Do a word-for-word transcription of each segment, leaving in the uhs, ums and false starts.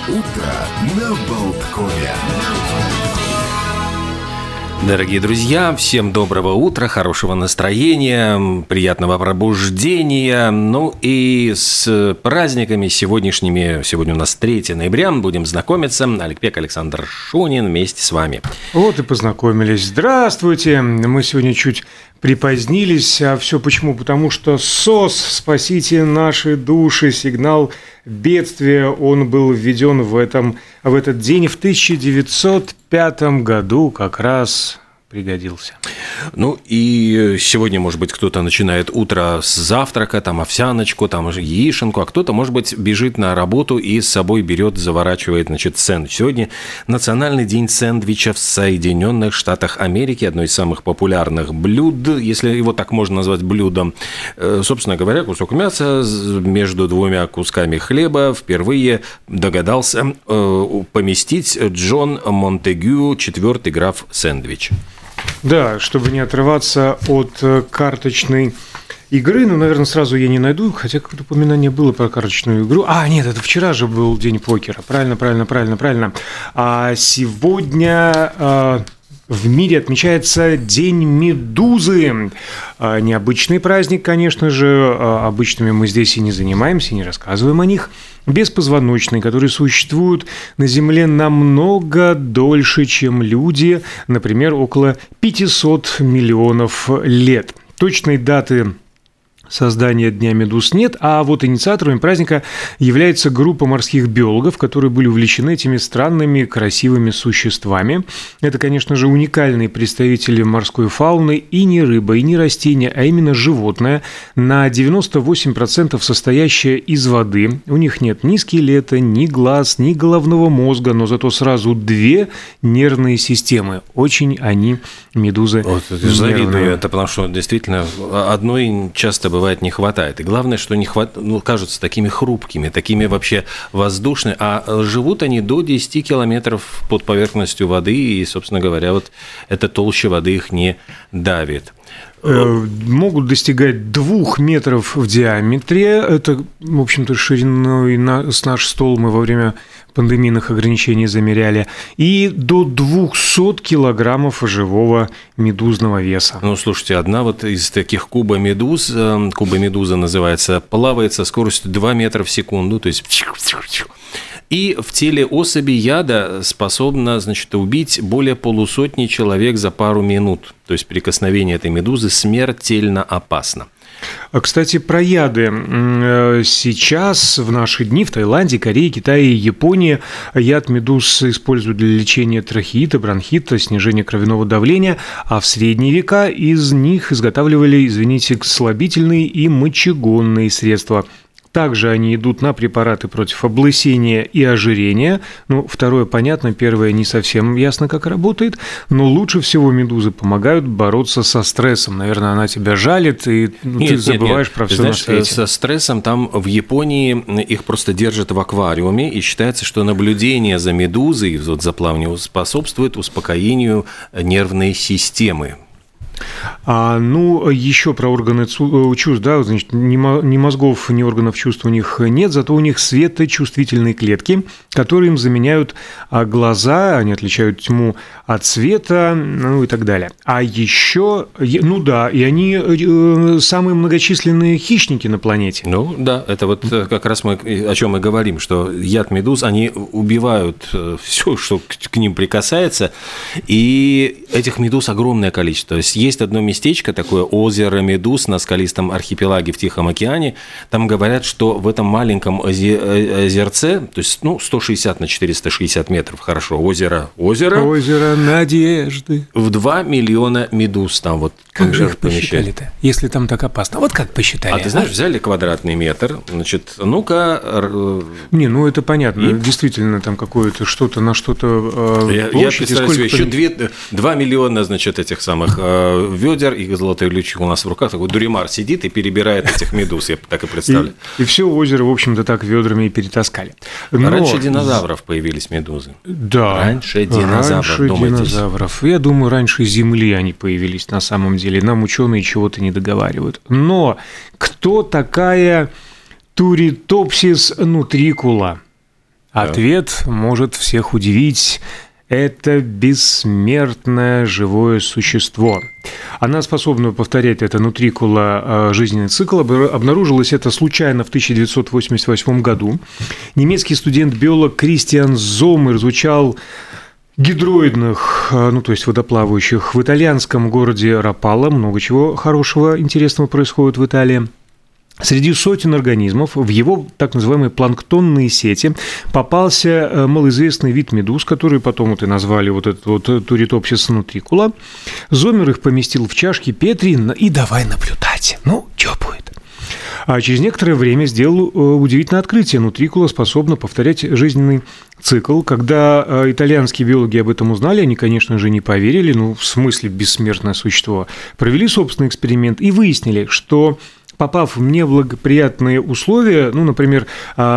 Утро на Болткове. Дорогие друзья, всем доброго утра, хорошего настроения, приятного пробуждения. Ну и с праздниками сегодняшними, сегодня у нас третьего ноября, будем знакомиться. Олег Пек, Александр Шунин вместе с вами. Вот и познакомились. Здравствуйте. Мы сегодня чуть припозднились. А все почему? Потому что СОС «Спасите наши души», сигнал бедствия, он был введен в, этом, в этот день в тысяча девятьсот пятом году, как раз пригодился. Ну и сегодня, может быть, кто-то начинает утро с завтрака, там овсяночку, там яишенку, а кто-то, может быть, бежит на работу и с собой берет, заворачивает, значит, сэндвич. Сегодня Национальный день сэндвича в Соединенных Штатах Америки, одно из самых популярных блюд, если его так можно назвать блюдом. Собственно говоря, кусок мяса между двумя кусками хлеба впервые догадался поместить Джон Монтегю, четвертый граф сэндвич. Да, чтобы не отрываться от карточной игры, ну, наверное, сразу я не найду, хотя какое-то упоминание было про карточную игру. А, нет, это вчера же был день покера. Правильно, правильно, правильно, правильно. А сегодня а, в мире отмечается День Медузы. А, необычный праздник, конечно же. А, обычными мы здесь и не занимаемся, и не рассказываем о них. Беспозвоночные, которые существуют на Земле намного дольше, чем люди, например, около пятьсот миллионов лет. Точной даты создания Дня Медуз нет, а вот инициаторами праздника является группа морских биологов, которые были увлечены этими странными красивыми существами. Это, конечно же, уникальные представители морской фауны, и не рыба, и не растение, а именно животное, на девяносто восемь процентов состоящее из воды. У них нет ни скелета, ни глаз, ни головного мозга, но зато сразу две нервные системы. Очень они, медузы, вот, завидую это, потому что действительно одной часто бывает не хватает. И главное, что не хват... ну, кажутся такими хрупкими, такими вообще воздушными, а живут они до десяти километров под поверхностью воды, и, собственно говоря, вот эта толща воды их не давит. Могут достигать двух метров в диаметре. Это, в общем-то, шириной на, с наш стол мы во время пандемийных ограничений замеряли. И до двухсот килограммов живого медузного веса. Ну, слушайте, одна вот из таких кубомедуз, кубомедуза называется, плавает со скоростью два метра в секунду, то есть... И в теле особи яда способна, значит, убить более полусотни человек за пару минут. То есть прикосновение этой медузы смертельно опасно. Кстати, про яды. Сейчас, в наши дни, в Таиланде, Корее, Китае и Японии яд медуз используют для лечения трахеита, бронхита, снижения кровяного давления, а в средние века из них изготавливали, извините, слабительные и мочегонные средства. Также они идут на препараты против облысения и ожирения. Ну, второе понятно, первое не совсем ясно, как работает, но лучше всего медузы помогают бороться со стрессом. Наверное, она тебя жалит, и нет, ты забываешь нет, нет. про все Знаешь, на свете. Со стрессом там в Японии их просто держат в аквариуме, и считается, что наблюдение за медузой, вот за плаванием, способствует успокоению нервной системы. А, ну, еще про органы чувств, да, значит, ни мозгов, ни органов чувств у них нет, зато у них светочувствительные клетки, которые им заменяют глаза, они отличают тьму от света, ну и так далее. А еще, ну да, и они самые многочисленные хищники на планете. Ну да, это вот как раз мы о чем мы говорим, что яд медуз, они убивают все, что к ним прикасается, и этих медуз огромное количество. То есть есть одно местечко, такое озеро Медуз на скалистом архипелаге в Тихом океане. Там говорят, что в этом маленьком озерце, то есть ну, сто шестьдесят на четыреста шестьдесят метров, хорошо, озеро, озеро. Озеро надежды. В два миллиона медуз там вот. Как же их посчитали-то, если там так опасно? Вот как посчитали? А ты знаешь, взяли квадратный метр, значит, ну-ка... Не, ну это понятно, и... действительно там какое-то что-то на что-то э, Я, я представляю себе, еще два миллиона, значит, этих самых э, ведер, и золотой ключик у нас в руках, такой дуримар сидит и перебирает этих медуз, я так и представляю. И, и все озеро, в общем-то, так ведрами и перетаскали. Но... Раньше динозавров появились медузы. Да. Раньше динозавров, раньше динозавров. Я думаю, раньше Земли они появились на самом деле. Нам ученые чего-то не договаривают. Но кто такая Turritopsis nutricula? Ответ может всех удивить. Это бессмертное живое существо. Она способна повторять это нутрикула жизненный цикл. Обнаружилось это случайно в тысяча девятьсот восемьдесят восьмом году. Немецкий студент-биолог Кристиан Зомер изучал гидроидных, ну то есть водоплавающих, в итальянском городе Рапалло. Много чего хорошего, интересного происходит в Италии. Среди сотен организмов в его так называемые планктонные сети попался малоизвестный вид медуз, который потом вот и назвали вот этот вот Turritopsis nutricula. Зомер их поместил в чашки Петри и давай наблюдать. Ну, что будет? А через некоторое время сделал удивительное открытие. Нутрикула способна повторять жизненный цикл. Когда итальянские биологи об этом узнали, они, конечно же, не поверили, ну, в смысле бессмертное существо. Провели собственный эксперимент и выяснили, что, попав в неблагоприятные условия, ну, например,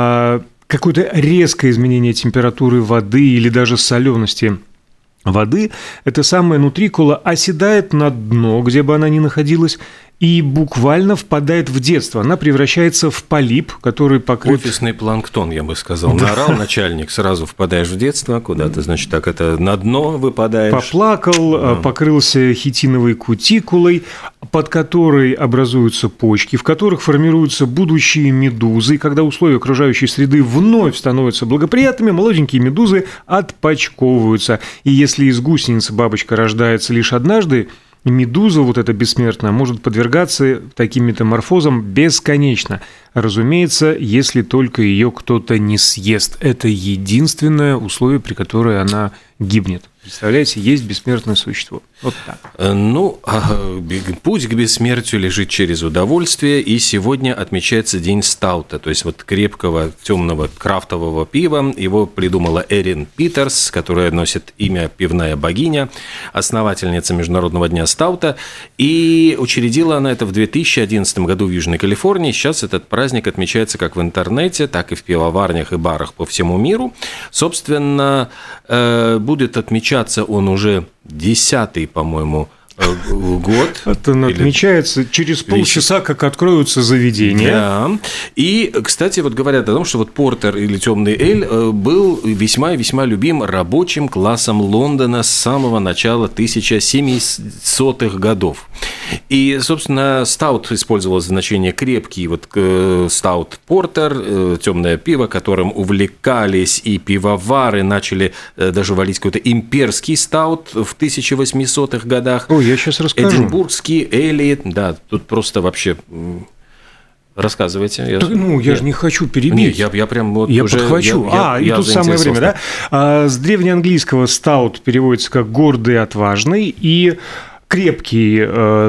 какое-то резкое изменение температуры воды или даже солености воды, эта самая нутрикула оседает на дно, где бы она ни находилась, и буквально впадает в детство. Она превращается в полип, который покрыт... Офисный планктон, я бы сказал. Наорал начальник, сразу впадаешь в детство, куда-то, значит, так это на дно выпадаешь. Поплакал, а. покрылся хитиновой кутикулой, под которой образуются почки, в которых формируются будущие медузы. И когда условия окружающей среды вновь становятся благоприятными, молоденькие медузы отпочковываются. И если из гусеницы бабочка рождается лишь однажды, медуза, вот эта бессмертная, может подвергаться таким метаморфозам бесконечно. Разумеется, если только ее кто-то не съест. Это единственное условие, при котором она гибнет. Представляете, есть бессмертное существо. Вот так. Ну, путь к бессмертию лежит через удовольствие, и сегодня отмечается День стаута, то есть вот крепкого, темного, крафтового пива. Его придумала Эрин Питерс, которая носит имя «Пивная богиня», основательница Международного дня стаута, и учредила она это в две тысячи одиннадцатом году в Южной Калифорнии. Сейчас этот праздник отмечается как в интернете, так и в пивоварнях и барах по всему миру. Собственно, будет отмечаться он уже десятый, по-моему, год. Это он отмечается через полчаса, как откроются заведения. Да. И, кстати, вот говорят о том, что вот портер или темный эль был весьма и весьма любим рабочим классом Лондона с самого начала тысяча семисотых годов. И, собственно, стаут использовал значение крепкий, вот стаут-портер, темное пиво, которым увлекались и пивовары, начали даже валить какой-то имперский стаут в тысяча восьмисотых годах. Ой, я сейчас расскажу. Эдинбургский, Эли, да, тут просто вообще... Рассказывайте. Я... Ну, я же не хочу перебить. Нет, я, я прям вот я уже... подхвачу. Я, а, я, и я тут самое время, да? А, с древнеанглийского «стаут» переводится как «гордый и отважный», и... крепкий.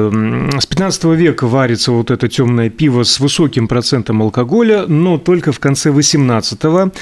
С пятнадцатого века варится вот это темное пиво с высоким процентом алкоголя, но только в конце восемнадцатого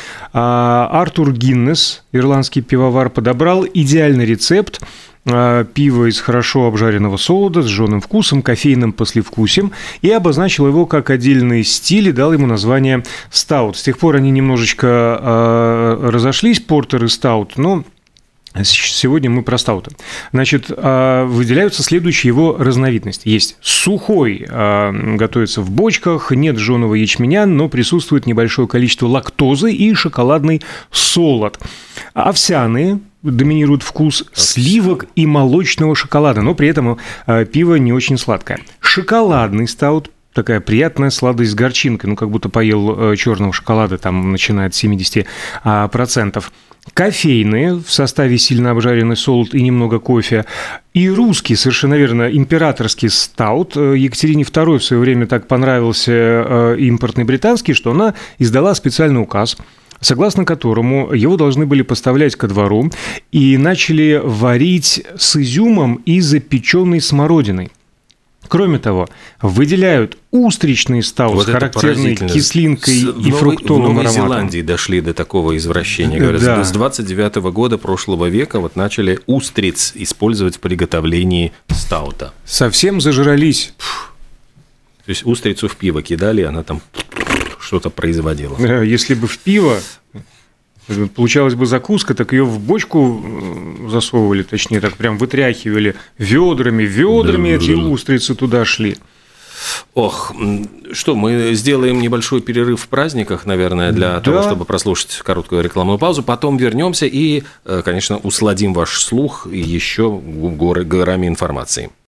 Артур Гиннес, ирландский пивовар, подобрал идеальный рецепт пива из хорошо обжаренного солода с жженым вкусом, кофейным послевкусием, и обозначил его как отдельный стиль и дал ему название стаут. С тех пор они немножечко разошлись, портер и стаут, но... Сегодня мы про стауты. Значит, выделяются следующие его разновидности. Есть сухой, готовится в бочках, нет жженого ячменя, но присутствует небольшое количество лактозы и шоколадный солод. Овсяные доминирует вкус сливок и молочного шоколада, но при этом пиво не очень сладкое. Шоколадный стаут. Такая приятная сладость с горчинкой, ну, как будто поел черного шоколада, там, начиная от семьдесят процентов. Кофейные, в составе сильно обжаренный солод и немного кофе. И русский, совершенно верно, императорский стаут. Екатерине второй в свое время так понравился импортный британский, что она издала специальный указ, согласно которому его должны были поставлять ко двору, и начали варить с изюмом и запеченной смородиной. Кроме того, выделяют устричный стаут вот с характерной кислинкой и Новой, фруктовым ароматом. В Новой Зеландии дошли до такого извращения. Говорят, да. С двадцать девятого года прошлого века вот начали устриц использовать в приготовлении стаута. Совсем зажрались. То есть устрицу в пиво кидали, она там что-то производила. Если бы в пиво... Получалась бы закуска, так ее в бочку засовывали, точнее, так прям вытряхивали ведрами, ведрами эти устрицы туда шли. Ох, что, мы сделаем небольшой перерыв в праздниках, наверное, для да. того, чтобы прослушать короткую рекламную паузу. Потом вернемся и, конечно, усладим ваш слух еще горами информации.